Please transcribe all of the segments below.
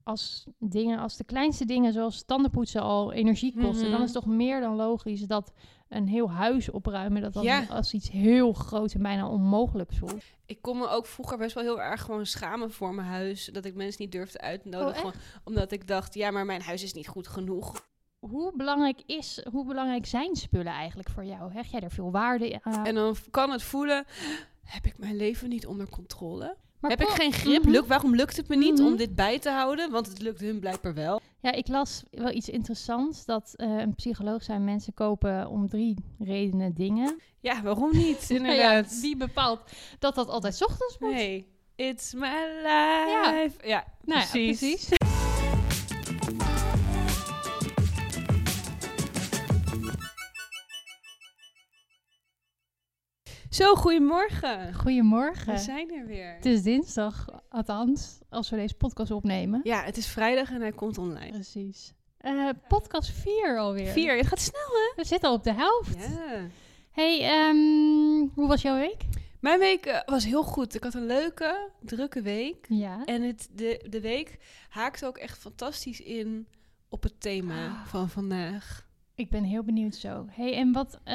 als de kleinste dingen zoals tandenpoetsen al energie kosten, dan is het toch meer dan logisch dat een heel huis opruimen, dat als iets heel groots en bijna onmogelijk voelt. Ik kon me ook vroeger best wel heel erg gewoon schamen voor mijn huis. Dat ik mensen niet durfde uit te nodigen. Omdat ik dacht, ja, maar mijn huis is niet goed genoeg. Hoe belangrijk zijn spullen eigenlijk voor jou? Hecht jij er veel waarde aan? En dan kan het voelen, heb ik mijn leven niet onder controle? Maar heb ik geen grip? Waarom lukt het me niet om dit bij te houden? Want het lukt hun blijkbaar wel. Ja, ik las wel iets interessants. Dat een psycholoog zei, mensen kopen om 3 redenen dingen. Ja, waarom niet? Inderdaad. Ja, wie bepaalt dat altijd 's ochtends moet? Nee, it's my life. Ja, precies. Zo, goedemorgen. Goedemorgen. We zijn er weer. Het is dinsdag, althans, als we deze podcast opnemen. Ja, het is vrijdag en hij komt online. Precies. Podcast 4 alweer. 4, het gaat snel, hè? We zitten al op de helft. Ja. Hey, hoe was jouw week? Mijn week was heel goed. Ik had een leuke, drukke week. Ja. En de week haakte ook echt fantastisch in op het thema van vandaag. Ik ben heel benieuwd zo. Hey, en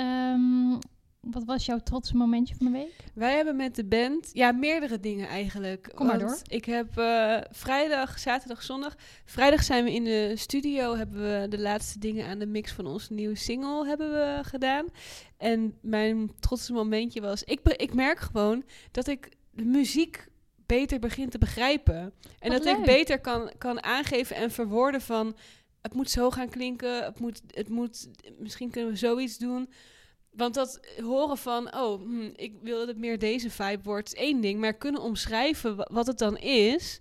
wat was jouw trotse momentje van de week? Wij hebben met de band, meerdere dingen eigenlijk. Kom maar door. Ik heb vrijdag, zaterdag, zondag. Vrijdag zijn we in de studio, hebben we de laatste dingen aan de mix van onze nieuwe single hebben we gedaan. En mijn trotse momentje was, ik merk gewoon dat ik de muziek beter begin te begrijpen. En Wat dat leuk. ik beter kan aangeven en verwoorden van, het moet zo gaan klinken, misschien kunnen we zoiets doen. Want dat horen van, ik wil dat het meer deze vibe wordt, is één ding. Maar kunnen omschrijven wat het dan is,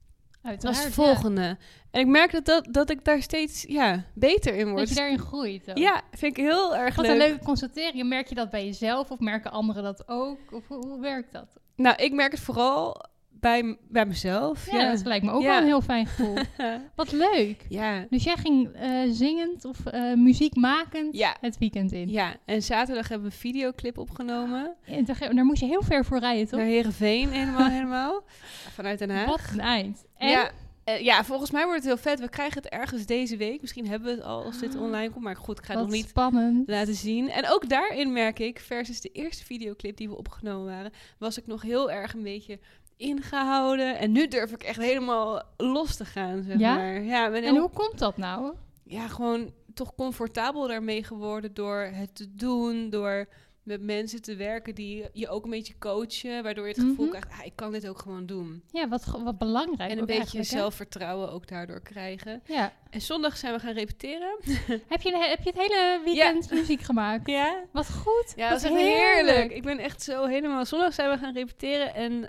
dat is het volgende. Ja. En ik merk dat ik daar steeds beter in word. Dat je daarin groeit. Ook. Ja, vind ik heel erg leuk. Wat een leuke constatering. Merk je dat bij jezelf of merken anderen dat ook? Of hoe werkt dat? Nou, ik merk het vooral bij mezelf. Ja, dat lijkt me ook wel een heel fijn gevoel. Wat leuk. Ja. Dus jij ging zingend of muziekmakend het weekend in? Ja, en zaterdag hebben we een videoclip opgenomen. En daar moest je heel ver voor rijden, toch? Naar Heerenveen, helemaal. Vanuit Den Haag. Wat een eind. En? Ja, volgens mij wordt het heel vet. We krijgen het ergens deze week. Misschien hebben we het al als dit online komt. Maar goed, ik ga het nog niet spannend laten zien. En ook daarin merk ik, versus de eerste videoclip die we opgenomen waren, was ik nog heel erg een beetje ingehouden. En nu durf ik echt helemaal los te gaan, zeg maar. Ja, en hoe komt dat nou? Ja, gewoon toch comfortabel daarmee geworden door het te doen, door met mensen te werken die je ook een beetje coachen, waardoor je het gevoel krijgt, ik kan dit ook gewoon doen. Ja, wat belangrijk. En een beetje zelfvertrouwen ook daardoor krijgen. Ja. En zondag zijn we gaan repeteren. Heb je het hele weekend muziek gemaakt? Ja. Wat goed. Ja, dat is echt heerlijk. Ik ben echt zo helemaal... Zondag zijn we gaan repeteren en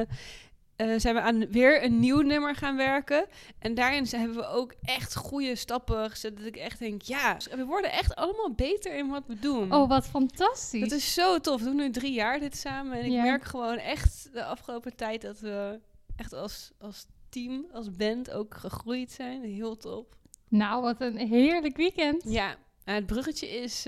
zijn we aan weer een nieuw nummer gaan werken. En daarin hebben we ook echt goede stappen gezet. Dat ik echt denk, we worden echt allemaal beter in wat we doen. Oh, wat fantastisch. Dat is zo tof. We doen nu 3 jaar dit samen. En ik merk gewoon echt de afgelopen tijd dat we echt als team, als band ook gegroeid zijn. Heel top. Nou, wat een heerlijk weekend. Ja, het bruggetje is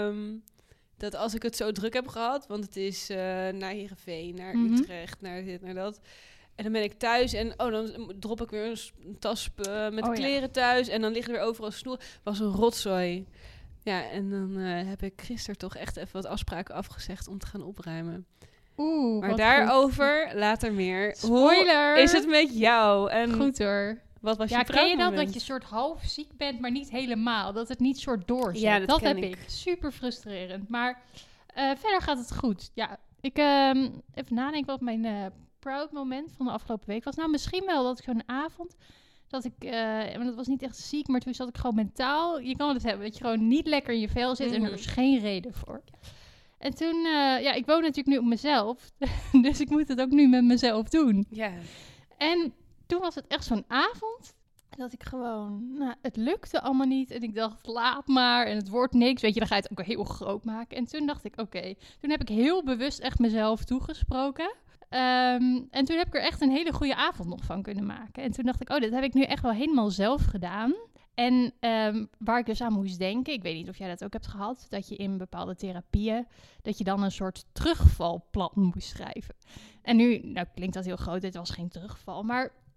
dat als ik het zo druk heb gehad, want het is naar Heerenveen, naar Utrecht, naar dit, naar dat. En dan ben ik thuis en dan drop ik weer een tas met kleren thuis. En dan liggen er weer overal snoer. Was een rotzooi. Ja, en dan heb ik gisteren toch echt even wat afspraken afgezegd om te gaan opruimen. Maar daarover later meer. Spoiler! Hoe is het met jou? En goed hoor. Wat was je ken je dat je soort half ziek bent, maar niet helemaal? Dat het niet soort doorzet. Ja, dat heb ik. Super frustrerend. Maar verder gaat het goed. Ja, ik even nadenken wat mijn proud moment van de afgelopen week was. Nou, misschien wel dat ik zo'n avond dat ik, want dat was niet echt ziek, maar toen zat ik gewoon mentaal. Je kan het hebben dat je gewoon niet lekker in je vel zit en er is geen reden voor. En toen, ik woon natuurlijk nu op mezelf, dus ik moet het ook nu met mezelf doen. Ja. En toen was het echt zo'n avond dat ik gewoon, het lukte allemaal niet. En ik dacht, laat maar. En het wordt niks. Weet je, dan ga je het ook heel groot maken. En toen dacht ik, oké. Toen heb ik heel bewust echt mezelf toegesproken. En toen heb ik er echt een hele goede avond nog van kunnen maken. En toen dacht ik, dit heb ik nu echt wel helemaal zelf gedaan. En waar ik dus aan moest denken, ik weet niet of jij dat ook hebt gehad, dat je in bepaalde therapieën, dat je dan een soort terugvalplan moest schrijven. En nu, klinkt dat heel groot, dit was geen terugval, maar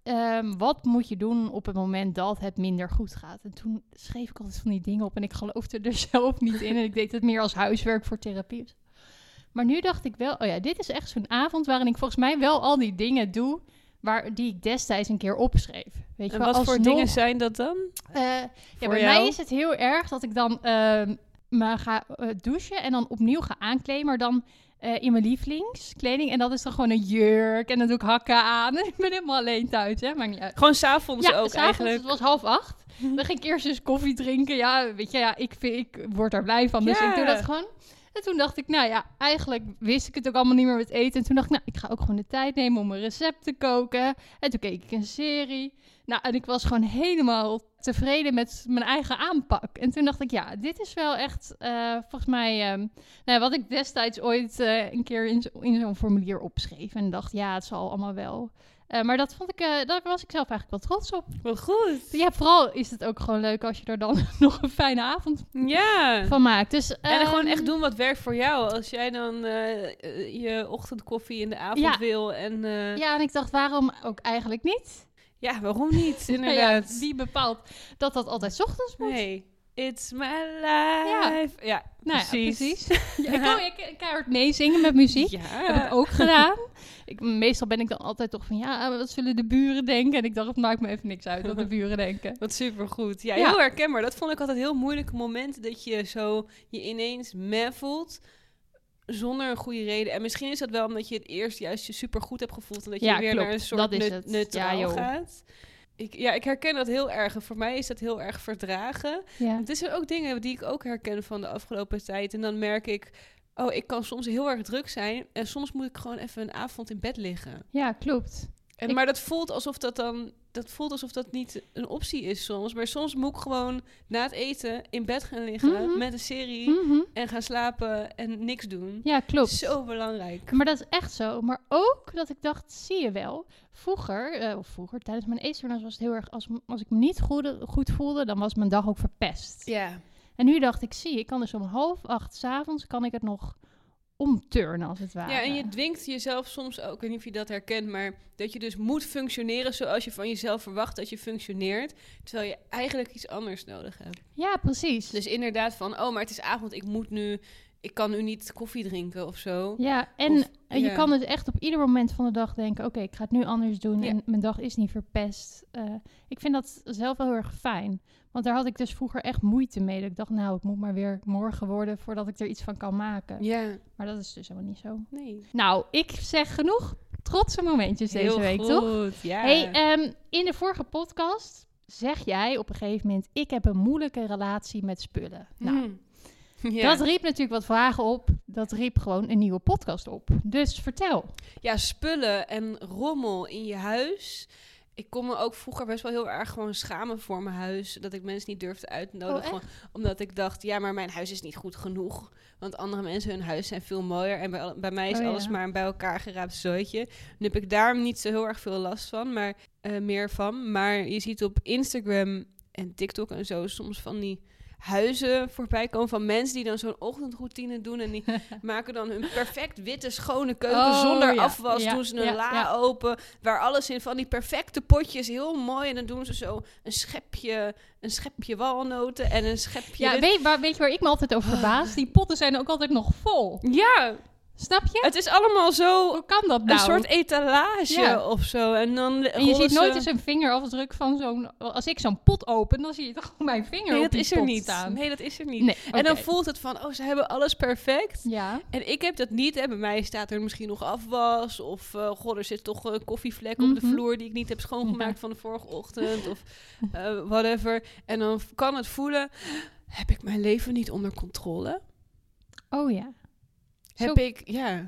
wat moet je doen op het moment dat het minder goed gaat? En toen schreef ik altijd van die dingen op en ik geloofde er zelf niet in. En ik deed het meer als huiswerk voor therapie. Maar nu dacht ik wel, dit is echt zo'n avond waarin ik volgens mij wel al die dingen doe die ik destijds een keer opschreef. Weet je En wel, wat voor dingen zijn dat dan? Bij jou? mij is het heel erg dat ik dan me ga douchen en dan opnieuw ga aankleden, maar dan in mijn lievelingskleding. En dat is dan gewoon een jurk en dan doe ik hakken aan. En ik ben helemaal alleen thuis, hè. Maakt niet uit. Gewoon 's avonds ook 'Avonds, eigenlijk? Het was 7:30. Dan ging ik eerst eens koffie drinken. Ja, weet je, ik word daar blij van. Dus ik doe dat gewoon. En toen dacht ik, eigenlijk wist ik het ook allemaal niet meer met eten. En toen dacht ik, ik ga ook gewoon de tijd nemen om een recept te koken. En toen keek ik een serie. En ik was gewoon helemaal tevreden met mijn eigen aanpak. En toen dacht ik, dit is wel echt, volgens mij, wat ik destijds ooit een keer in zo'n formulier opschreef. En dacht, het zal allemaal wel. Maar dat vond ik, daar was ik zelf eigenlijk wel trots op. Wat goed. Ja, vooral is het ook gewoon leuk als je er dan nog een fijne avond van maakt. Dus, en gewoon echt doen wat werkt voor jou. Als jij dan je ochtendkoffie in de avond wil. En, en ik dacht, waarom ook eigenlijk niet? Ja, waarom niet? Inderdaad. Wie bepaalt dat altijd 's ochtends moet? Nee. It's my life. Ja, precies. Ik kan hard meezingen met muziek. Ja. Heb ik ook gedaan. Meestal ben ik dan altijd toch van, wat zullen de buren denken? En ik dacht, het maakt me even niks uit wat de buren denken. Wat supergoed. Ja, heel herkenbaar. Dat vond ik altijd heel moeilijke momenten, dat je zo je ineens meh voelt zonder een goede reden. En misschien is dat wel omdat je het eerst juist je supergoed hebt gevoeld en dat je weer naar een soort neutraal gaat. Ik herken dat heel erg. En voor mij is dat heel erg verdragen. Ja. Het zijn ook dingen die ik ook herken van de afgelopen tijd. En dan merk ik, ik kan soms heel erg druk zijn. En soms moet ik gewoon even een avond in bed liggen. Ja, klopt. Maar dat voelt alsof dat niet een optie is soms. Maar soms moet ik gewoon na het eten in bed gaan liggen met een serie en gaan slapen en niks doen. Ja, klopt. Zo belangrijk. Maar dat is echt zo. Maar ook dat ik dacht, zie je wel, vroeger tijdens mijn eetstoornis was het heel erg, als ik me niet goed voelde, dan was mijn dag ook verpest. Ja. En nu dacht ik, ik kan dus om 7:30 's avonds kan ik het nog omturnen, als het ware. Ja, en je dwingt jezelf soms ook, ik weet niet of je dat herkent, maar dat je dus moet functioneren zoals je van jezelf verwacht dat je functioneert, terwijl je eigenlijk iets anders nodig hebt. Ja, precies. Dus inderdaad van, maar het is avond, ik kan nu niet koffie drinken of zo. Ja, en je kan dus echt op ieder moment van de dag denken, oké, ik ga het nu anders doen en mijn dag is niet verpest. Ik vind dat zelf wel heel erg fijn. Want daar had ik dus vroeger echt moeite mee. Dat ik dacht, het moet maar weer morgen worden voordat ik er iets van kan maken. Ja. Maar dat is dus helemaal niet zo. Nee. Nou, ik zeg genoeg trotse momentjes deze week, goed, toch? Ja. Hey, in de vorige podcast zeg jij op een gegeven moment, ik heb een moeilijke relatie met spullen. Nou, dat riep natuurlijk wat vragen op. Dat riep gewoon een nieuwe podcast op. Dus vertel. Ja, spullen en rommel in je huis. Ik kon me ook vroeger best wel heel erg gewoon schamen voor mijn huis. Dat ik mensen niet durfde uit te nodigen. Omdat ik dacht, maar mijn huis is niet goed genoeg. Want andere mensen, hun huis zijn veel mooier. En bij mij is alles maar een bij elkaar geraapt zooitje. Nu heb ik daar niet zo heel erg veel last van. Maar meer van. Maar je ziet op Instagram en TikTok en zo soms van die huizen voorbij komen van mensen die dan zo'n ochtendroutine doen en die maken dan hun perfect witte schone keuken zonder afwas, doen ze een la open waar alles in van die perfecte potjes, heel mooi, en dan doen ze zo een schepje walnoten en een schepje... Ja, weet je waar ik me altijd over verbaas? Die potten zijn ook altijd nog vol. Ja. Snap je? Het is allemaal zo... Hoe kan dat nou? Een soort etalage of zo. En je ziet nooit eens een vingerafdruk van zo'n... Als ik zo'n pot open, dan zie je toch gewoon mijn vinger op die pot staan. Nee, dat is er niet. Nee, En dan voelt het van, ze hebben alles perfect. Ja. En ik heb dat niet. Bij mij staat er misschien nog afwas. Of, er zit toch een koffievlek op de vloer die ik niet heb schoongemaakt van de vorige ochtend. Of whatever. En dan kan het voelen, heb ik mijn leven niet onder controle? Oh ja. Heb ik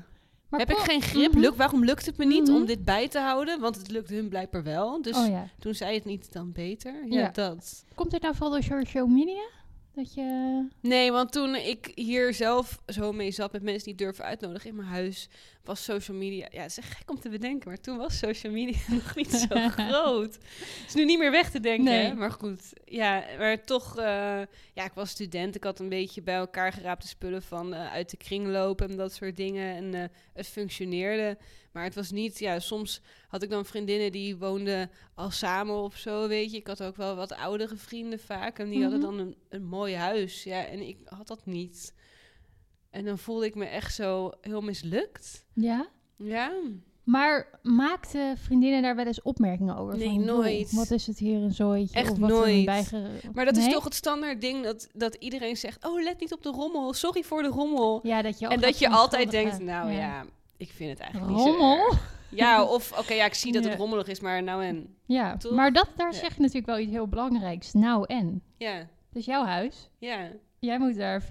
geen grip? Waarom lukt het me niet om dit bij te houden? Want het lukt hun blijkbaar wel. Dus toen zei het niet dan beter. Ja, dat. Komt dit nou vooral door social media? Dat je... Nee, want toen ik hier zelf zo mee zat met mensen die durven uitnodigen in mijn huis, was social media... Ja, het is echt gek om te bedenken, maar toen was social media nog niet zo groot. Het is nu niet meer weg te denken, Nee. hè? Maar goed. Ja, maar toch... ja, ik was student. Ik had een beetje bij elkaar geraapte spullen van uit de kringloop en dat soort dingen. En het functioneerde. Maar het was niet... Ja, soms had ik dan vriendinnen die woonden al samen of zo, weet je. Ik had ook wel wat oudere vrienden vaak. En die hadden dan een mooi huis. Ja, en ik had dat niet. En dan voelde ik me echt zo heel mislukt. Ja? Ja. Maar maakten vriendinnen daar wel eens opmerkingen over? Nee, van, joh, nooit. Wat is het hier een zooitje? Echt of wat nooit. Maar dat is Nee? toch het standaard ding dat iedereen zegt... Oh, let niet op de rommel. Sorry voor de rommel. Ja, dat je En dat je altijd denkt... Nou ja, ik vind het eigenlijk rommel? niet zo erg. Ja, of oké, ja, ik zie dat het Ja. rommelig is, maar nou en... Ja, Toch? maar daar Ja. zeg je natuurlijk wel iets heel belangrijks. Nou en? Ja, Dat is jouw huis. ja, Jij moet daar 24/7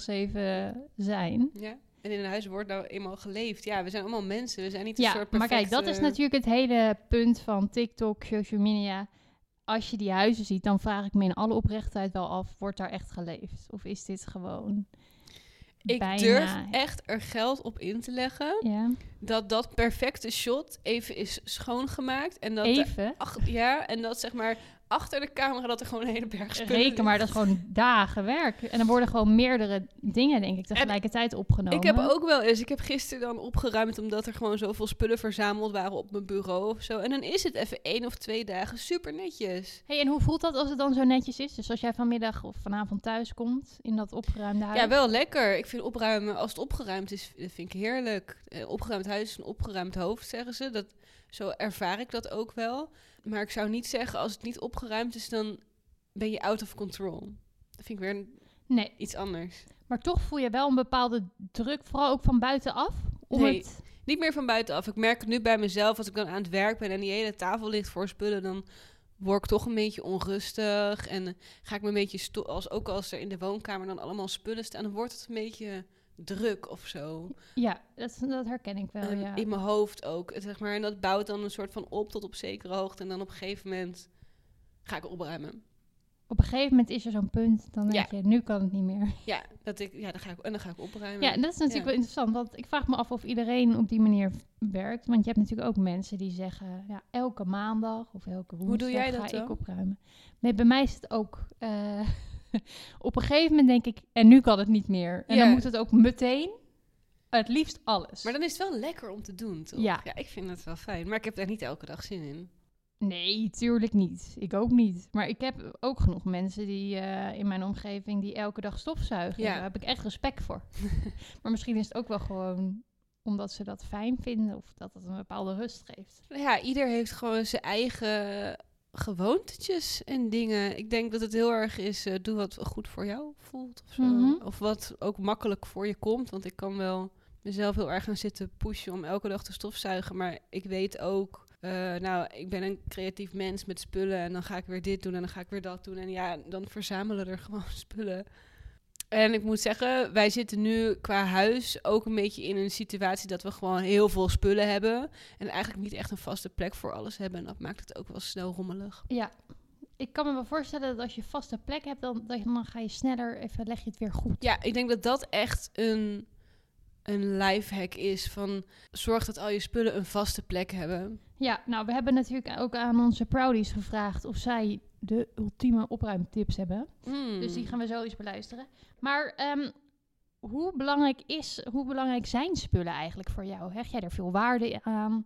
zijn. ja. En in een huis wordt nou eenmaal geleefd. Ja, we zijn allemaal mensen. We zijn niet een Ja, soort maar perfecte... kijk, dat is natuurlijk het hele punt van TikTok, social media. Als je die huizen ziet, dan vraag ik me in alle oprechtheid wel af, wordt daar echt geleefd? Of is dit gewoon Ik bijna... durf echt er geld op in te leggen... Ja, dat perfecte shot even is schoongemaakt. En dat even. en dat zeg maar achter de camera dat er gewoon een hele berg spullen Reken maar, dat is gewoon dagen werk. En dan worden gewoon meerdere dingen, denk ik, tegelijkertijd opgenomen. Ik heb ook wel eens... Ik heb gisteren dan opgeruimd... omdat er gewoon zoveel spullen verzameld waren op mijn bureau of zo. En dan is het even 1 of 2 dagen super netjes. Hey, en hoe voelt dat als het dan zo netjes is? Dus als jij vanmiddag of vanavond thuis komt in dat opgeruimde huis? Ja, wel lekker. Ik vind opruimen... Als het opgeruimd is, dat vind ik heerlijk. Opgeruimd huis is een opgeruimd hoofd, zeggen ze. Zo ervaar ik dat ook wel. Maar ik zou niet zeggen... Als het niet opgeruimd is, dan ben je out of control. Dat vind ik weer Nee, iets anders. maar toch voel je wel een bepaalde druk, vooral ook van buitenaf. Om Nee. het... Niet meer van buitenaf. Ik merk het nu bij mezelf. Als ik dan aan het werk ben en die hele tafel ligt voor spullen... dan word ik toch een beetje onrustig. En ga ik me een beetje... Ook als er in de woonkamer dan allemaal spullen staan... dan wordt het een beetje druk of zo. Ja, dat herken ik wel, ja. In mijn hoofd ook. Zeg maar, en dat bouwt dan een soort van op tot op zekere hoogte. En dan op een gegeven moment ga ik opruimen. Op een gegeven moment is er zo'n punt, dan denk je, nu kan het niet meer. Ja, dan ga ik opruimen. Ja, en dat is natuurlijk wel interessant, want ik vraag me af of iedereen op die manier werkt. Want je hebt natuurlijk ook mensen die zeggen, ja, elke maandag of elke woensdag Hoe doe jij dat ga dan? ik opruimen. Nee, bij mij is het ook... op een gegeven moment denk ik, en nu kan het niet meer. En dan moet het ook meteen, het liefst alles. Maar dan is het wel lekker om te doen, toch? Ja. Ja, ik vind het wel fijn. Maar ik heb daar niet elke dag zin in. Nee, tuurlijk niet. Ik ook niet. Maar ik heb ook genoeg mensen die in mijn omgeving die elke dag stofzuigen. Ja. Daar heb ik echt respect voor. Maar misschien is het ook wel gewoon omdat ze dat fijn vinden of dat het een bepaalde rust geeft. Ja, ieder heeft gewoon zijn eigen gewoontetjes en dingen. Ik denk dat het heel erg is, doe wat goed voor jou voelt of zo. Mhm. Of wat ook makkelijk voor je komt. Want ik kan wel mezelf heel erg gaan zitten pushen om elke dag te stofzuigen. Maar ik weet ook, ik ben een creatief mens met spullen. En dan ga ik weer dit doen en dan ga ik weer dat doen. En ja, dan verzamelen er gewoon spullen. En ik moet zeggen, wij zitten nu qua huis ook een beetje in een situatie dat we gewoon heel veel spullen hebben. En eigenlijk niet echt een vaste plek voor alles hebben. En dat maakt het ook wel snel rommelig. Ja, ik kan me wel voorstellen dat als je vaste plek hebt, dan ga je sneller even, leg je het weer goed. Ja, ik denk dat dat echt een lifehack is van zorg dat al je spullen een vaste plek hebben. Ja, nou, we hebben natuurlijk ook aan onze Proudies gevraagd of zij de ultieme opruimtips hebben. Dus die gaan we zo eens beluisteren. Maar hoe belangrijk zijn spullen eigenlijk voor jou? Hecht jij er veel waarde aan?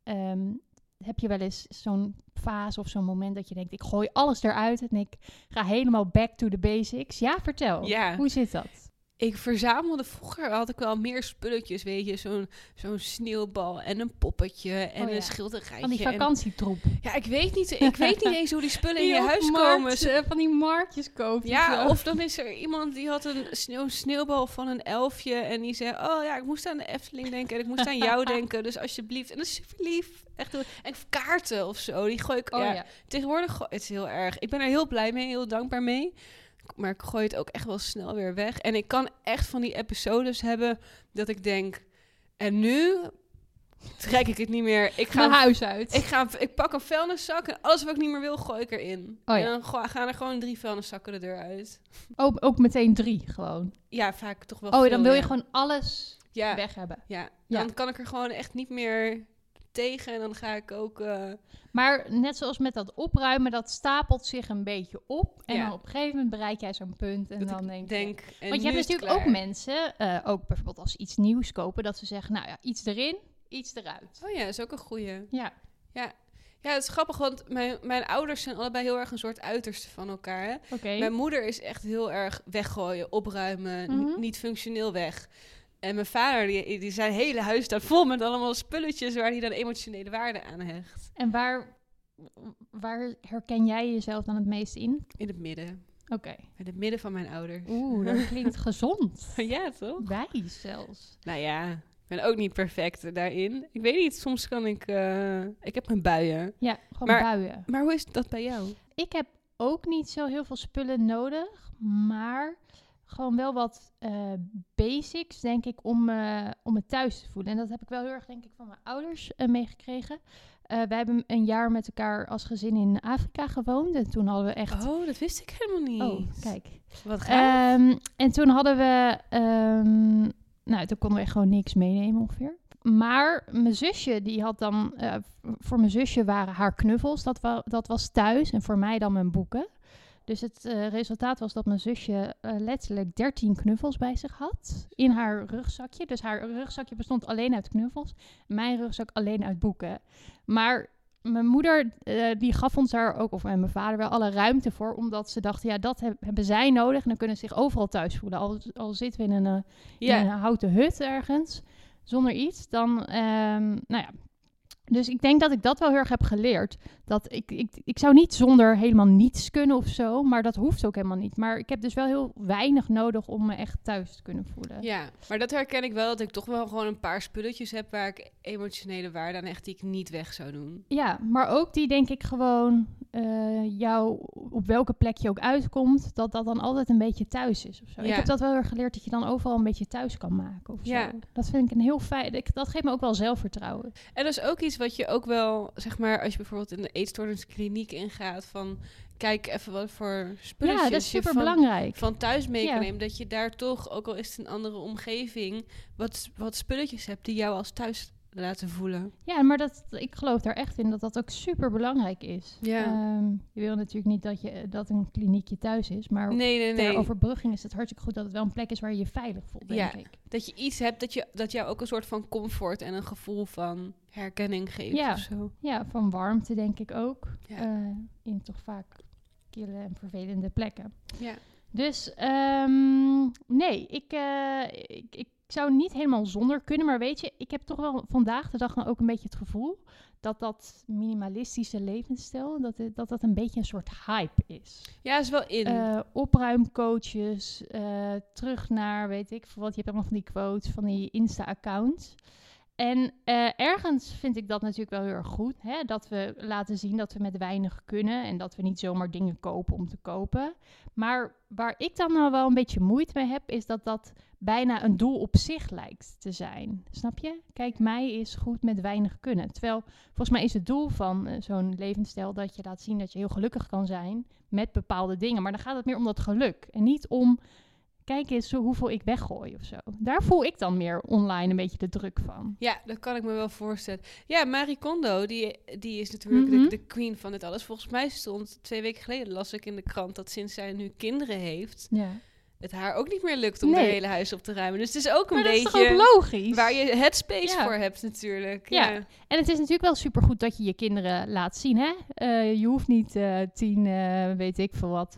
Heb je wel eens zo'n fase of zo'n moment dat je denkt, ik gooi alles eruit en ik ga helemaal back to the basics? Ja, vertel. Ja. Hoe zit dat? Ik verzamelde vroeger, had ik wel meer spulletjes, weet je. Zo'n sneeuwbal en een poppetje en een schilderijtje. Van die vakantietroep. Ja, ik weet niet eens hoe die spullen in je huis komen. Van die marktjes kopen. Ja, of dan is er iemand die had een sneeuwbal van een elfje en die zei, oh ja, ik moest aan de Efteling denken en ik moest aan jou denken, dus alsjeblieft. En dat is super lief. Echt, en kaarten of zo, die gooi ik. Tegenwoordig, het is heel erg. Ik ben er heel blij mee, heel dankbaar mee. Maar ik gooi het ook echt wel snel weer weg. En ik kan echt van die episodes hebben dat ik denk, en nu trek ik het niet meer. Ik ga mijn huis uit. Ik pak een vuilniszak en alles wat ik niet meer wil, gooi ik erin. Oh, ja. En dan gaan er gewoon 3 vuilniszakken de deur uit. Ook meteen 3 gewoon. Ja, vaak toch wel Oh, veel, dan wil je gewoon alles weg hebben. Ja, Ja. dan kan ik er gewoon echt niet meer tegen. En dan ga ik ook... Maar net zoals met dat opruimen, dat stapelt zich een beetje op. En Ja. dan op een gegeven moment bereik jij zo'n punt. En dat dan ik denk je... en Want je nu hebt is het natuurlijk ook klaar. mensen, ook bijvoorbeeld als ze iets nieuws kopen, dat ze zeggen, nou ja, iets erin, iets eruit. Oh ja, dat is ook een goeie. Ja. Ja, het is grappig, want mijn ouders zijn allebei heel erg een soort uiterste van elkaar. Hè? Oké. Mijn moeder is echt heel erg weggooien, opruimen, Mhm. niet functioneel weg. En mijn vader, die zijn hele huis staat vol met allemaal spulletjes waar hij dan emotionele waarde aan hecht. En waar herken jij jezelf dan het meest in? In het midden. Oké. In het midden van mijn ouders. Oeh, dat klinkt gezond. Ja, toch? Wijs zelfs. Nou ja, ik ben ook niet perfect daarin. Ik weet niet, soms kan ik... ik heb mijn buien. Ja, gewoon Maar- buien. Maar hoe is dat bij jou? Ik heb ook niet zo heel veel spullen nodig, maar gewoon wel wat basics, denk ik, om me thuis te voelen. En dat heb ik wel heel erg, denk ik, van mijn ouders meegekregen. Wij hebben een jaar met elkaar als gezin in Afrika gewoond. En toen hadden we echt... Oh, dat wist ik helemaal niet. Oh, kijk. Wat gaaf. En toen hadden we... nou, toen konden we echt gewoon niks meenemen ongeveer. Maar mijn zusje, die had dan... voor mijn zusje waren haar knuffels. Dat was thuis. En voor mij dan mijn boeken. Dus het resultaat was dat mijn zusje letterlijk 13 knuffels bij zich had. In haar rugzakje. Dus haar rugzakje bestond alleen uit knuffels. Mijn rugzak alleen uit boeken. Maar mijn moeder, die gaf ons daar ook, of en mijn vader wel, alle ruimte voor. Omdat ze dachten, ja, dat hebben zij nodig. En dan kunnen ze zich overal thuis voelen. Al zitten we in een houten hut ergens, zonder iets. Dan, nou ja. Dus ik denk dat ik dat wel heel erg heb geleerd. Dat ik zou niet zonder helemaal niets kunnen of zo. Maar dat hoeft ook helemaal niet. Maar ik heb dus wel heel weinig nodig om me echt thuis te kunnen voelen. Ja, maar dat herken ik wel, dat ik toch wel gewoon een paar spulletjes heb waar ik emotionele waarde aan hecht die ik niet weg zou doen. Ja, maar ook die denk ik gewoon jou, op welke plek je ook uitkomt, dat dan altijd een beetje thuis is of zo. Ja. Ik heb dat wel heel erg geleerd, dat je dan overal een beetje thuis kan maken of Ja. zo. Dat vind ik een heel fijn, dat geeft me ook wel zelfvertrouwen. En dat is ook iets wat je ook wel, zeg maar, als je bijvoorbeeld in de eetstoorniskliniek ingaat, van kijk even wat voor spulletjes Ja, dat is je super belangrijk. van thuis mee kan Ja. nemen. Dat je daar toch, ook al is het een andere omgeving, wat spulletjes hebt die jou als thuis laten voelen. Ja, maar ik geloof daar echt in dat dat ook super belangrijk is. Ja. Je wil natuurlijk niet dat een kliniekje thuis is, maar Nee. ter overbrugging is het hartstikke goed dat het wel een plek is waar je je veilig voelt, denk Ja. ik. Dat je iets hebt dat jou ook een soort van comfort en een gevoel van herkenning geeft Ja. of zo. Ja, van warmte denk ik ook. Ja. In toch vaak kille en vervelende plekken. Ja. Dus nee, ik zou niet helemaal zonder kunnen. Maar weet je, ik heb toch wel vandaag de dag dan ook een beetje het gevoel dat minimalistische levensstijl, dat een beetje een soort hype is. Ja, is wel in. Opruimcoaches, terug naar, weet ik veel wat. Je hebt allemaal van die quotes, van die Insta-accounts. En ergens vind ik dat natuurlijk wel heel erg goed. Hè? Dat we laten zien dat we met weinig kunnen. En dat we niet zomaar dingen kopen om te kopen. Maar waar ik dan nou wel een beetje moeite mee heb, is dat bijna een doel op zich lijkt te zijn. Snap je? Kijk, mij is goed met weinig kunnen. Terwijl, volgens mij is het doel van zo'n levensstijl dat je laat zien dat je heel gelukkig kan zijn met bepaalde dingen. Maar dan gaat het meer om dat geluk. En niet om, kijk eens hoeveel ik weggooi of zo. Daar voel ik dan meer online een beetje de druk van. Ja, dat kan ik me wel voorstellen. Ja, Marie Kondo, die is natuurlijk de queen van dit alles. Volgens mij stond 2 weken geleden, las ik in de krant, dat sinds zij nu kinderen heeft, Ja. het haar ook niet meer lukt om Nee. het hele huis op te ruimen. Dus het is ook een Maar dat is beetje toch ook logisch? waar je het space Ja. voor hebt natuurlijk. Ja. Ja. En het is natuurlijk wel supergoed dat je je kinderen laat zien, hè? Je hoeft niet 10, weet ik veel wat,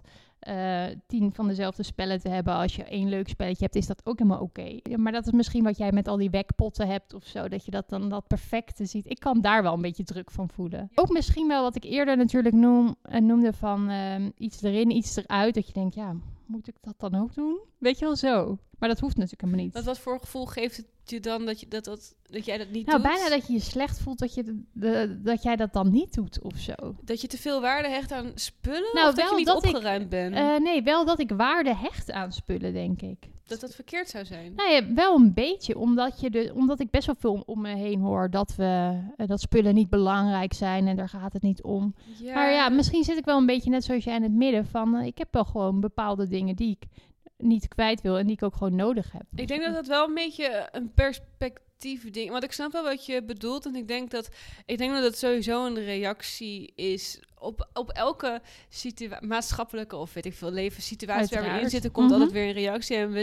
10 van dezelfde spellen te hebben. Als je 1 leuk spelletje hebt, is dat ook helemaal oké. Ja, maar dat is misschien wat jij met al die wekpotten hebt of zo, dat je dat perfecte ziet. Ik kan daar wel een beetje druk van voelen. Ook misschien wel wat ik eerder natuurlijk noemde van iets erin, iets eruit. Dat je denkt, ja, moet ik dat dan ook doen? Weet je wel zo. Maar dat hoeft natuurlijk helemaal niet. Wat voor gevoel geeft het je dan dat jij dat niet Nou, doet? bijna dat je je slecht voelt dat jij dat dan niet doet of zo. Dat je te veel waarde hecht aan spullen? Nou, of dat wel je niet dat ik, opgeruimd bent? Nee, wel dat ik waarde hecht aan spullen, denk ik. Dat verkeerd zou zijn? Nou ja, wel een beetje, omdat ik best wel veel om me heen hoor dat spullen niet belangrijk zijn en daar gaat het niet om. Ja. Maar ja, misschien zit ik wel een beetje net zoals jij in het midden van, ik heb wel gewoon bepaalde dingen die ik niet kwijt wil en die ik ook gewoon nodig heb. Ik denk dat dat wel een beetje een perspectief ding... Want ik snap wel wat je bedoelt. En ik denk dat het sowieso een reactie is... Op elke maatschappelijke of weet ik veel levenssituatie waar we in zitten... komt altijd weer een reactie. En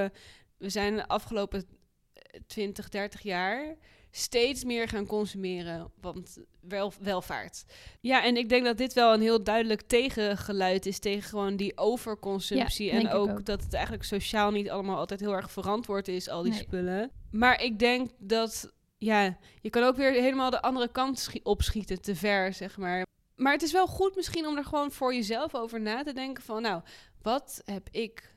we zijn de afgelopen 20, 30 jaar... steeds meer gaan consumeren, want welvaart. Ja, en ik denk dat dit wel een heel duidelijk tegengeluid is tegen gewoon die overconsumptie. En ook dat het eigenlijk sociaal niet allemaal altijd heel erg verantwoord is, al die spullen. Maar ik denk dat, ja, je kan ook weer helemaal de andere kant opschieten, te ver, zeg maar. Maar het is wel goed misschien om er gewoon voor jezelf over na te denken van, nou, wat heb ik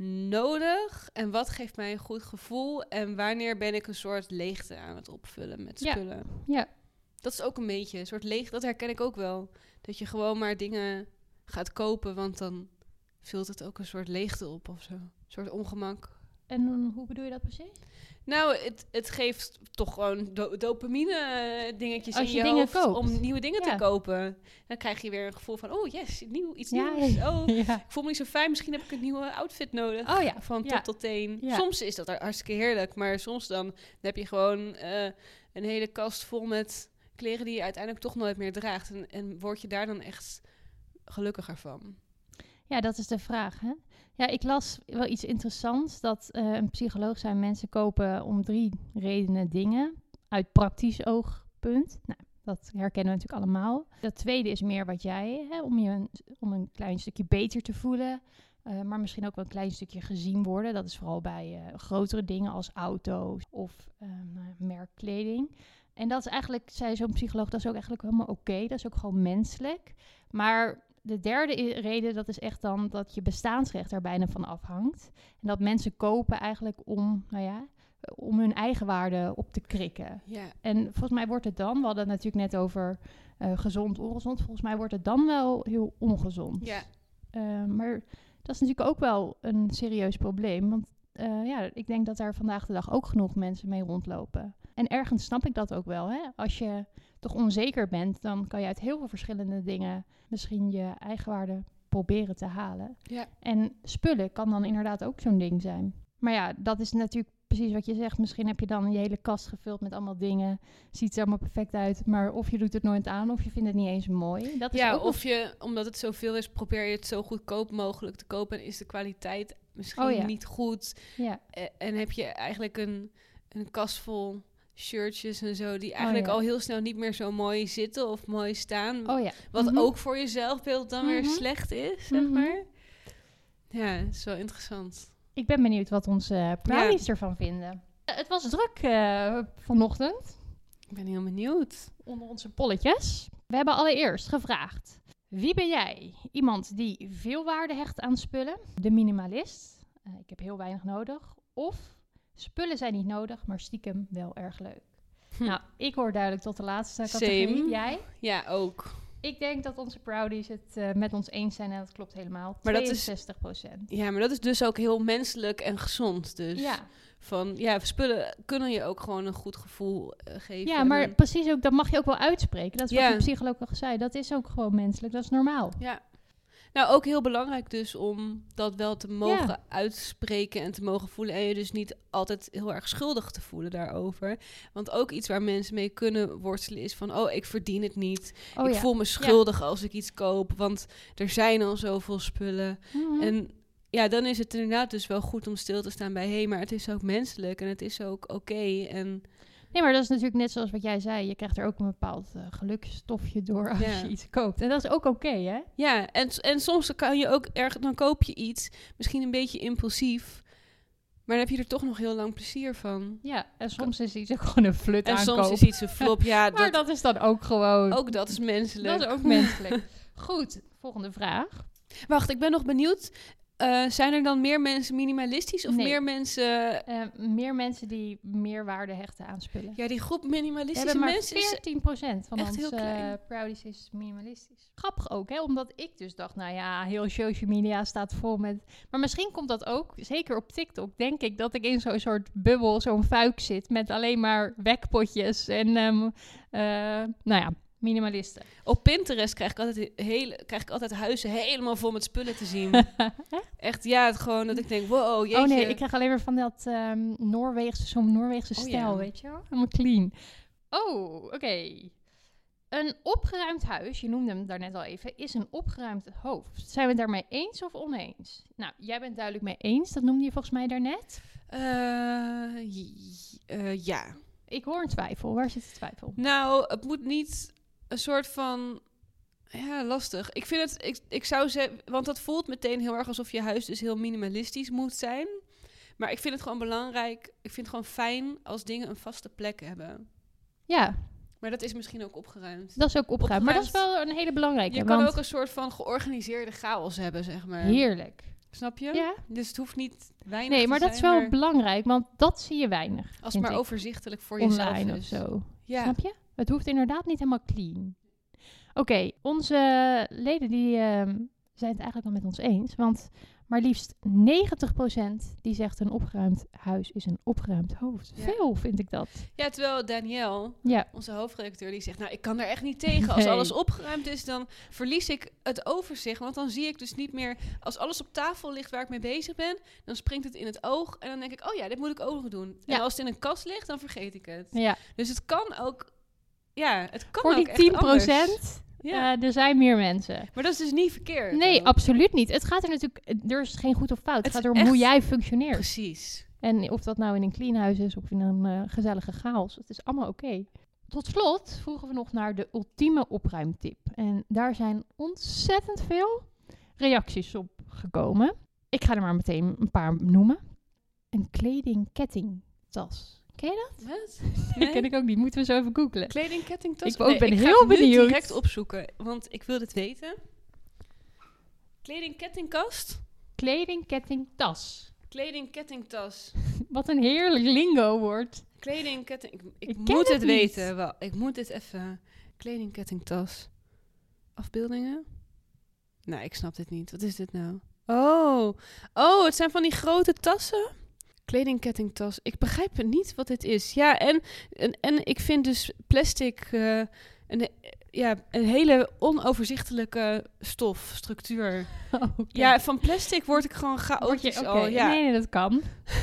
nodig en wat geeft mij een goed gevoel en wanneer ben ik een soort leegte aan het opvullen met spullen. Ja. Dat is ook een beetje een soort leegte, dat herken ik ook wel. Dat je gewoon maar dingen gaat kopen, want dan vult het ook een soort leegte op of zo. Een soort ongemak. En hoe bedoel je dat precies? Nou, het geeft toch gewoon dopamine dingetjes als in je je hoofd koopt. om nieuwe dingen te kopen. Dan krijg je weer een gevoel van, oh yes, iets nieuws. Ik voel me niet zo fijn, misschien heb ik een nieuwe outfit nodig. Van top tot teen. Ja. Soms is dat hartstikke heerlijk, maar soms dan heb je gewoon een hele kast vol met kleren die je uiteindelijk toch nooit meer draagt. En word je daar dan echt gelukkiger van? Ja, dat is de vraag, hè? Ja, ik las wel iets interessants, dat een psycholoog zei mensen kopen om 3 redenen dingen, uit praktisch oogpunt. Nou, dat herkennen we natuurlijk allemaal. Dat tweede is meer wat jij, hè, om een klein stukje beter te voelen, maar misschien ook wel een klein stukje gezien worden. Dat is vooral bij grotere dingen als auto's of merkkleding. En dat is eigenlijk, zei zo'n psycholoog, dat is ook eigenlijk helemaal oké. Dat is ook gewoon menselijk. Maar de derde reden, dat is echt dan dat je bestaansrecht er bijna van afhangt. En dat mensen kopen eigenlijk om hun eigen waarde op te krikken. Yeah. En volgens mij wordt het dan, we hadden het natuurlijk net over gezond, ongezond. Volgens mij wordt het dan wel heel ongezond. Yeah. Maar dat is natuurlijk ook wel een serieus probleem. Want ik denk dat daar vandaag de dag ook genoeg mensen mee rondlopen. En ergens snap ik dat ook wel. Hè? Als je toch onzeker bent, dan kan je uit heel veel verschillende dingen misschien je eigenwaarde proberen te halen. Ja. En spullen kan dan inderdaad ook zo'n ding zijn. Maar ja, dat is natuurlijk precies wat je zegt. Misschien heb je dan je hele kast gevuld met allemaal dingen. Ziet er allemaal perfect uit. Maar of je doet het nooit aan of je vindt het niet eens mooi. Dat is ook of je, omdat het zoveel is, probeer je het zo goedkoop mogelijk te kopen. En is de kwaliteit misschien niet goed. Ja. En heb je eigenlijk een kast vol shirtjes en zo, die eigenlijk al heel snel niet meer zo mooi zitten of mooi staan. Wat ook voor je zelfbeeld dan weer slecht is, zeg maar. Ja, het is wel interessant. Ik ben benieuwd wat onze Brownies ervan vinden. Het was druk vanochtend. Ik ben heel benieuwd. Onder onze polletjes. We hebben allereerst gevraagd: wie ben jij? Iemand die veel waarde hecht aan spullen. De minimalist. Ik heb heel weinig nodig. Of spullen zijn niet nodig, maar stiekem wel erg leuk. Nou, ik hoor duidelijk tot de laatste categorie. Same. Jij? Ja, ook. Ik denk dat onze Brownies het met ons eens zijn en dat klopt helemaal. Maar 62%. Ja, maar dat is dus ook heel menselijk en gezond. Dus spullen kunnen je ook gewoon een goed gevoel geven. Ja, maar precies ook, dat mag je ook wel uitspreken. Dat is wat de psycholoog al zei. Dat is ook gewoon menselijk, dat is normaal. Ja. Nou, ook heel belangrijk dus om dat wel te mogen uitspreken en te mogen voelen. En je dus niet altijd heel erg schuldig te voelen daarover. Want ook iets waar mensen mee kunnen worstelen is van, ik verdien het niet. Ik voel me schuldig als ik iets koop, want er zijn al zoveel spullen. Mm-hmm. En ja, dan is het inderdaad dus wel goed om stil te staan bij, maar het is ook menselijk en het is ook oké. En nee, maar dat is natuurlijk net zoals wat jij zei. Je krijgt er ook een bepaald geluksstofje door als je iets koopt. En dat is ook oké, hè? Ja, en soms kan je ook dan koop je iets, misschien een beetje impulsief, maar dan heb je er toch nog heel lang plezier van. Ja, en soms is iets ook gewoon een flut aankoop. En soms is iets een flop, maar dat is dan ook gewoon... Ook dat is menselijk. Dat is ook menselijk. Goed, volgende vraag. Wacht, ik ben nog benieuwd. Zijn er dan meer mensen minimalistisch of meer mensen... meer mensen die meer waarde hechten aan spullen. Ja, die groep minimalistische maar mensen is 14% van onze Brownies is minimalistisch. Grappig ook, hè? Omdat ik dus dacht, heel social media staat vol met... Maar misschien komt dat ook, zeker op TikTok, denk ik, dat ik in zo'n soort bubbel, zo'n fuik zit met alleen maar wekpotjes en Minimalisten. Op Pinterest krijg ik altijd huizen helemaal vol met spullen te zien. Echt, ja, het gewoon dat ik denk, wow, jeetje. Oh nee, ik krijg alleen maar van dat zo'n Noorweegse stijl, weet je wel? Helemaal clean. Oh, oké. Een opgeruimd huis, je noemde hem daarnet al even, is een opgeruimd hoofd. Zijn we het daarmee eens of oneens? Nou, jij bent duidelijk mee eens, dat noemde je volgens mij daarnet. Ja. Ik hoor een twijfel. Waar zit de twijfel? Nou, het moet niet een soort van... Ja, lastig. Ik vind het... Ik zou zeggen... Want dat voelt meteen heel erg alsof je huis dus heel minimalistisch moet zijn. Maar ik vind het gewoon belangrijk... Ik vind het gewoon fijn als dingen een vaste plek hebben. Ja. Maar dat is misschien ook opgeruimd. Dat is ook opgeruimd. Maar dat is wel een hele belangrijke. Je kan ook een soort van georganiseerde chaos hebben, zeg maar. Heerlijk. Snap je? Ja. Dus het hoeft niet weinig Nee, te maar zijn, dat is wel belangrijk, want dat zie je weinig. Als het maar overzichtelijk voor jezelf online is. of zo. Ja. Snap je? Het hoeft inderdaad niet helemaal clean. Oké, onze leden die zijn het eigenlijk wel met ons eens. Want maar liefst 90% die zegt een opgeruimd huis is een opgeruimd hoofd. Ja. Veel vind ik dat. Ja, terwijl Danielle, Ja. onze hoofdredacteur, die zegt... Nou, ik kan er echt niet tegen. Als Nee. alles opgeruimd is, dan verlies ik het overzicht. Want dan zie ik dus niet meer... Als alles op tafel ligt waar ik mee bezig ben... dan springt het in het oog. En dan denk ik, oh ja, dit moet ik ook nog doen. Ja. En als het in een kast ligt, dan vergeet ik het. Ja. Dus het kan ook... Ja, het kan Voor ook die echt 10%, anders. Ja. er zijn meer mensen. Maar dat is dus niet verkeerd. Nee, ook. absoluut niet. Het gaat er natuurlijk... Er is geen goed of fout. Het Het gaat is erom hoe echt- jij functioneert. Precies. En of dat nou in een clean huis is of in een gezellige chaos. Het is allemaal oké. Tot slot vroegen we nog naar de ultieme opruimtip. En daar zijn ontzettend veel reacties op gekomen. Ik ga er maar meteen een paar noemen. Een kledingkettingtas. Ken je dat? Wat? Dat ken ik ook niet. Moeten we zo even googlen. Kledingkettingtas? Ik ook ben ik ga heel het nu benieuwd. direct opzoeken, want ik wil dit weten. Kledingkettingkast? Kledingkettingtas. Kledingkettingtas. Wat een heerlijk lingo woord. Kledingketting... Ik Ik ken moet het het niet. weten. Wel, ik moet dit even... Kledingkettingtas. Afbeeldingen? Nou, ik snap dit niet. Wat is dit nou? Oh, het zijn van die grote tassen? Kledingkettingtas. Ik begrijp niet wat dit is. Ja, en ik vind dus plastic een hele onoverzichtelijke structuur. Oké. Ja, van plastic word ik gewoon Word chaotisch je- al. oké. Ja. Nee, dat kan.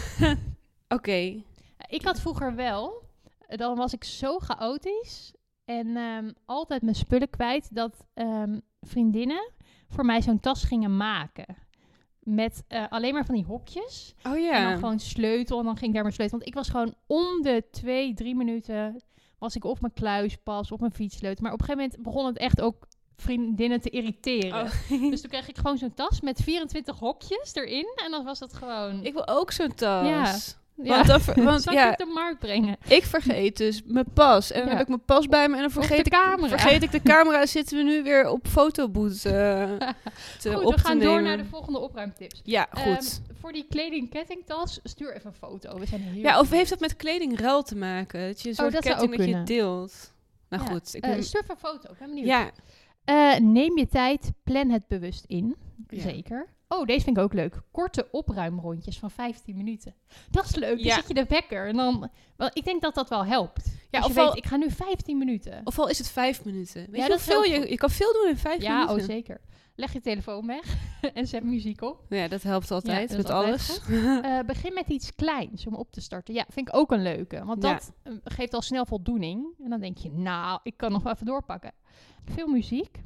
Oké. Ik had vroeger wel, dan was ik zo chaotisch en altijd mijn spullen kwijt, dat vriendinnen voor mij zo'n tas gingen maken. Met alleen maar van die hokjes. Oh En ja. dan gewoon sleutel en dan ging ik daar mijn sleutel. Want ik was gewoon om de 2-3 minuten was ik op mijn kluispas, op mijn fietssleutel. Maar op een gegeven moment begon het echt ook vriendinnen te irriteren. Oh. Dus toen kreeg ik gewoon zo'n tas met 24 hokjes erin. En dan was dat gewoon... Ik wil ook zo'n tas. Ja. Want, want Zal ik ja, het op de markt brengen? ik vergeet dus mijn pas. En dan Ja. heb ik mijn pas bij me en dan vergeet de camera. vergeet ik de camera. Zitten we nu weer op fotoboot Goed, op we gaan te door nemen. naar de volgende opruimtips. Ja, goed. Voor die kledingkettingtas, stuur even een foto. We zijn heel Ja, of benieuwd. heeft dat met kledingruil te maken? Dat je een soort dat zou ketting ook dat je kunnen. deelt. Nou Ja. goed. Ik Stuur even een foto, ik ben benieuwd. ja, Neem je tijd, plan het bewust in. Ja. Zeker. Oh, deze vind ik ook leuk. Korte opruimrondjes van 15 minuten. Dat is leuk. Dan Ja. zet je de wekker en dan... Wel, ik denk dat dat wel helpt. Ja, Als je ofwel- weet, ik ga nu 15 minuten. of al is het 5 minuten. Weet Ja, je dat is hoeveel ook goed. je kan veel doen in 5 Ja, minuten. oh zeker. Leg je telefoon weg en zet muziek op. Ja, dat helpt altijd dat met is altijd alles. Begin met iets kleins om op te starten. Ja, vind ik ook een leuke. Want Ja. dat geeft al snel voldoening. En dan denk je, nou, ik kan nog wel even doorpakken. Veel muziek.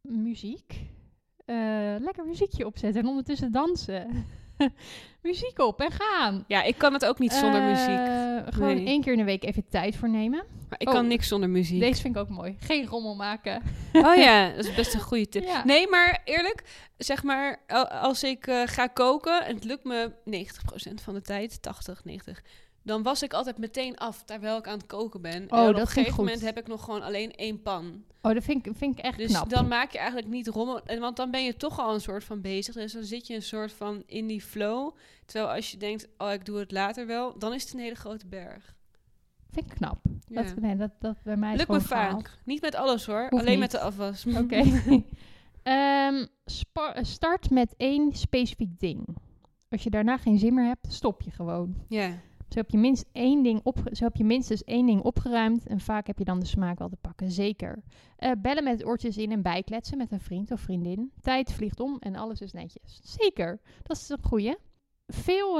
Lekker muziekje opzetten en ondertussen dansen. Muziek op en gaan. Ja, ik kan het ook niet zonder muziek. Gewoon Nee. 1 keer in de week even tijd voor nemen. Maar ik Oh. kan niks zonder muziek. Deze vind ik ook mooi. Geen rommel maken. Oh ja, dat is best een goede tip. Ja. Nee, maar eerlijk, zeg maar, als ik ga koken, en het lukt me 90% van de tijd, 80, 90, dan was ik altijd meteen af terwijl ik aan het koken ben. En Oh, dan dat op een vind ik gegeven goed. moment heb ik nog gewoon alleen 1 pan. Oh, dat vind ik echt Dus knap. dan maak je eigenlijk niet rommel. Want dan ben je toch al een soort van bezig. Dus dan zit je een soort van in die flow. Terwijl als je denkt, oh, ik doe het later wel, dan is het een hele grote berg. Vind ik knap. Ja. Dat bij mij is Lukt me gewoon gehaald. vaak. Niet met alles hoor. Hoeft alleen niet. met de afwas. Oké. Start met 1 specifiek ding. Als je daarna geen zin meer hebt, stop je gewoon. Ja. Zo heb je minstens één ding opgeruimd en vaak heb je dan de smaak wel te pakken, zeker. Bellen met oortjes in en bijkletsen met een vriend of vriendin. Tijd vliegt om en alles is netjes. Zeker, dat is een goeie. Veel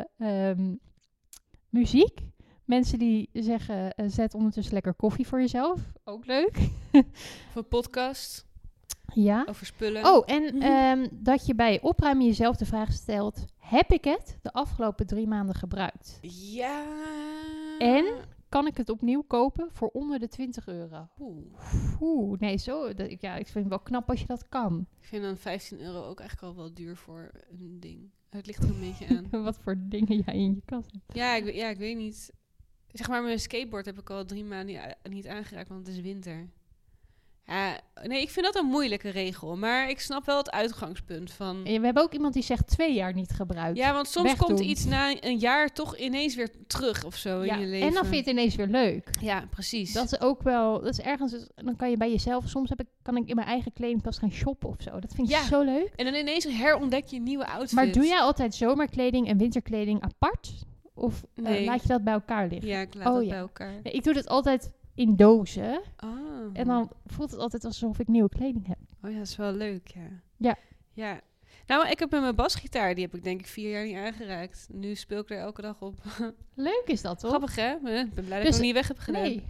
muziek. Mensen die zeggen, zet ondertussen lekker koffie voor jezelf. Ook leuk. Of een podcast Ja. over spullen. Oh, en dat je bij opruimen jezelf de vraag stelt, heb ik het de afgelopen 3 maanden gebruikt? Ja. En kan ik het opnieuw kopen voor onder de €20? Nee, ik vind het wel knap als je dat kan. Ik vind dan €15 ook eigenlijk al wel duur voor een ding. Het ligt er een beetje aan. Wat voor dingen jij in je kast hebt. Ja, ik weet niet. Zeg maar, mijn skateboard heb ik al 3 maanden niet aangeraakt, want het is winter. Ja, nee, ik vind dat een moeilijke regel. Maar ik snap wel het uitgangspunt van... We hebben ook iemand die zegt 2 jaar niet gebruikt. Ja, want soms Wegdoen. komt iets na een jaar toch ineens weer terug of zo in je leven. En dan vind je het ineens weer leuk. Ja, precies. Dat is ook wel, dat is ergens, dan kan je bij jezelf, soms kan ik in mijn eigen kledingkast gaan shoppen of zo. Dat vind ik zo leuk. En dan ineens herontdek je een nieuwe outfit. Maar doe jij altijd zomerkleding en winterkleding apart? Of laat je dat bij elkaar liggen? Ja, ik laat het bij elkaar. Nee, ik doe dit altijd in dozen. Oh. En dan voelt het altijd alsof ik nieuwe kleding heb. Oh ja, dat is wel leuk, Ja. Ja. Nou, ik heb met mijn basgitaar, die heb ik denk ik 4 jaar niet aangeraakt. Nu speel ik er elke dag op. Leuk is dat, toch? Grappig, hè? Ik ben blij dat ik Dus- nog niet weg heb gedaan. Nee.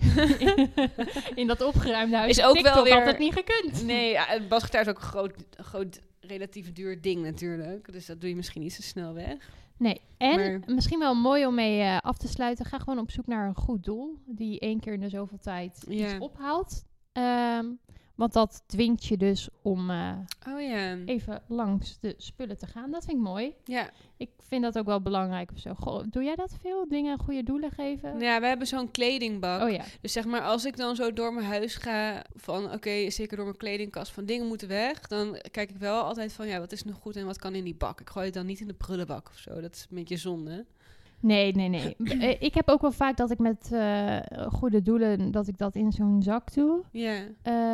In dat opgeruimde huis. Is ook TikTok wel weer- had het niet gekund. Nee, ja, een basgitaar is ook een groot, relatief duur ding natuurlijk. Dus dat doe je misschien niet zo snel weg. Nee, en Maar- misschien wel mooi om mee af te sluiten. Ga gewoon op zoek naar een goed doel. Die 1 keer in de zoveel tijd iets ophaalt. Want dat dwingt je dus om Oh ja. even langs de spullen te gaan. Dat vind ik mooi. Ja. Ik vind dat ook wel belangrijk of zo. Goh, doe jij dat veel? Dingen goede doelen geven? Ja, we hebben zo'n kledingbak. Oh ja. Dus zeg maar, als ik dan zo door mijn huis ga van, oké, zeker door mijn kledingkast van dingen moeten weg, dan kijk ik wel altijd van, ja, wat is nog goed en wat kan in die bak? Ik gooi het dan niet in de prullenbak of zo. Dat is een beetje zonde. Nee. Ik heb ook wel vaak dat ik met goede doelen, dat ik dat in zo'n zak doe. Ja.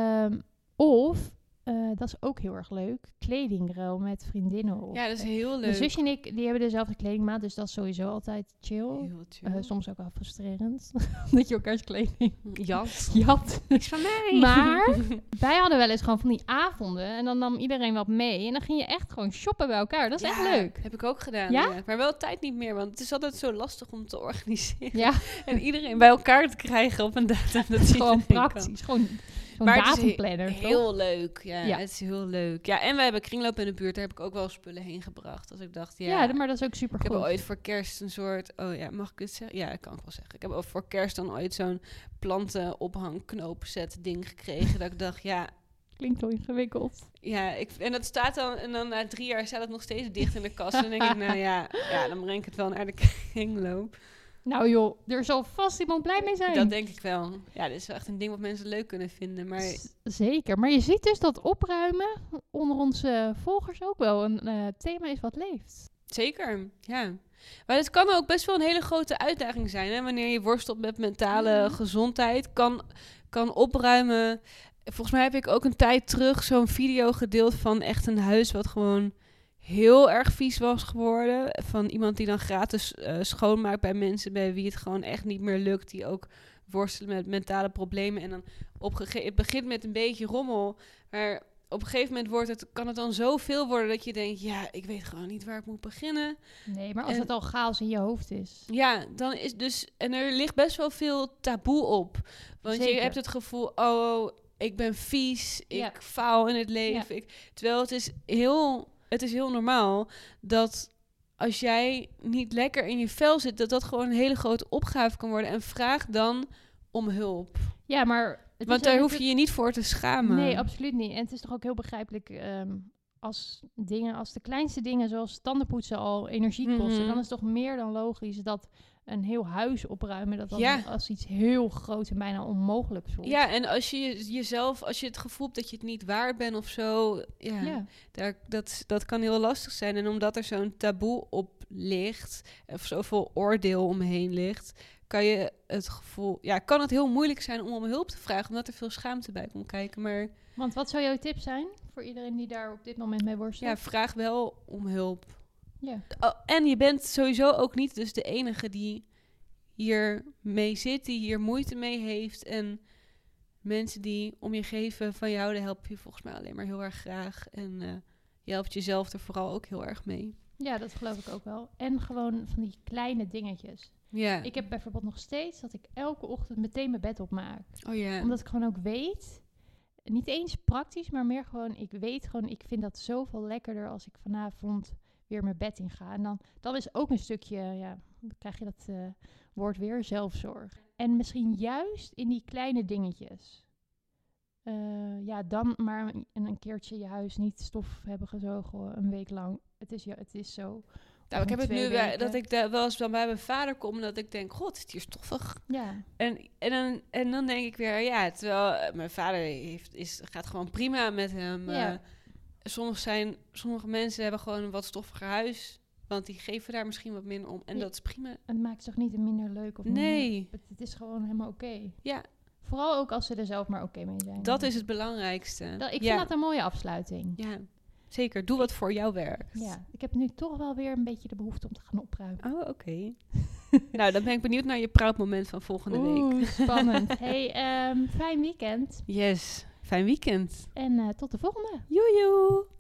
Of, dat is ook heel erg leuk, kledingruil met vriendinnen. Of, Ja, dat is heel leuk. mijn zusje en ik, die hebben dezelfde kledingmaat, dus dat is sowieso altijd chill. Heel chill. Soms ook wel frustrerend, dat je elkaars kleding Jat. jat. Niks van mij. Maar wij hadden wel eens gewoon van die avonden en dan nam iedereen wat mee en dan ging je echt gewoon shoppen bij elkaar. Dat is echt leuk. Heb ik ook gedaan. Ja? Ja? Maar wel tijd niet meer, want het is altijd zo lastig om te organiseren. Ja, En iedereen bij elkaar te krijgen op een datum. Dat is gewoon praktisch. Gewoon zo'n Maar het is datumplanner. toch? heel leuk. Ja, Ja. het is heel leuk. Ja, en we hebben kringloop in de buurt. Daar heb ik ook wel spullen heen gebracht. Als ik dacht, Ja, maar dat is ook super ik heb goed. ooit voor kerst een soort... Oh ja, mag ik dit zeggen? Ja, dat kan ik wel zeggen. Ik heb ook voor kerst dan ooit zo'n plantenophangknoopset ding gekregen. Dat ik dacht, ja... Klinkt wel ingewikkeld. Ja, en dat staat dan... En dan na 3 jaar staat het nog steeds dicht in de kast. En dan denk ik, nou ja, dan breng ik het wel naar de kringloop. Nou joh, er zal vast iemand blij mee zijn. Dat denk ik wel. Ja, dit is wel echt een ding wat mensen leuk kunnen vinden. Maar Zeker, maar je ziet dus dat opruimen onder onze volgers ook wel een thema is wat leeft. zeker, ja. Maar het kan ook best wel een hele grote uitdaging zijn. Hè? Wanneer je worstelt met mentale gezondheid. Kan opruimen. Volgens mij heb ik ook een tijd terug zo'n video gedeeld van echt een huis wat gewoon heel erg vies was geworden. Van iemand die dan gratis schoonmaakt bij mensen bij wie het gewoon echt niet meer lukt. Die ook worstelen met mentale problemen. En dan het begint met een beetje rommel. Maar op een gegeven moment kan het dan zoveel worden dat je denkt, ja, ik weet gewoon niet waar ik moet beginnen. Nee, maar als het al chaos in je hoofd is. Ja, dan is dus... En er ligt best wel veel taboe op. Want Zeker. je hebt het gevoel, oh, ik ben vies, Ja. ik faal in het leven. Terwijl het is heel normaal dat als jij niet lekker in je vel zit, dat gewoon een hele grote opgave kan worden. En vraag dan om hulp. Ja, maar... Want daar hoef je je niet voor te schamen. Nee, absoluut niet. En het is toch ook heel begrijpelijk als de kleinste dingen zoals tandenpoetsen al energie kosten, dan is het toch meer dan logisch dat een heel huis opruimen, dat dan als iets heel groot en bijna onmogelijk voelt. Ja, en als je als je het gevoel hebt dat je het niet waard bent of zo, dat kan heel lastig zijn. En omdat er zo'n taboe op ligt, of zoveel oordeel omheen ligt, kan het heel moeilijk zijn om hulp te vragen, omdat er veel schaamte bij komt kijken. Maar Want wat zou jouw tip zijn voor iedereen die daar op dit moment mee worstelt? ja, vraag wel om hulp. Ja. Oh, en je bent sowieso ook niet dus de enige die hier mee zit, die hier moeite mee heeft. En mensen die om je geven van jou, daar help je volgens mij alleen maar heel erg graag. En je helpt jezelf er vooral ook heel erg mee. Ja, dat geloof ik ook wel. En gewoon van die kleine dingetjes. Ja. Ik heb bijvoorbeeld nog steeds dat ik elke ochtend meteen mijn bed opmaak. Oh ja. Omdat ik gewoon ook weet, niet eens praktisch, maar meer gewoon, ik weet gewoon, ik vind dat zoveel lekkerder als ik vanavond weer mijn bed in ga. En dan is ook een stukje, ja, dan krijg je dat woord weer, zelfzorg. En misschien juist in die kleine dingetjes. Dan maar een keertje je huis niet stof hebben gezogen een week lang. Het is zo. Nou, ik heb het nu weken. dat ik wel eens dan bij mijn vader kom, dat ik denk, god, het is hier stoffig. Ja. En dan denk ik weer, ja, terwijl mijn vader gaat gewoon prima met hem. Ja. Sommige mensen hebben gewoon een wat stoffiger huis, want die geven daar misschien wat minder om. En Ja. dat is prima. Het maakt toch niet minder leuk of Nee. minder, het is gewoon helemaal oké. Ja, Vooral ook als ze er zelf maar oké mee zijn. dat is het belangrijkste. Ik vind dat een mooie afsluiting. Ja, zeker. Doe wat voor jou werkt. Ja, ik heb nu toch wel weer een beetje de behoefte om te gaan opruimen. Oh, oké. Nou, dan ben ik benieuwd naar je proudmoment van volgende week. Spannend. Hey, fijn weekend. Yes, fijn weekend. En tot de volgende. Joejoe!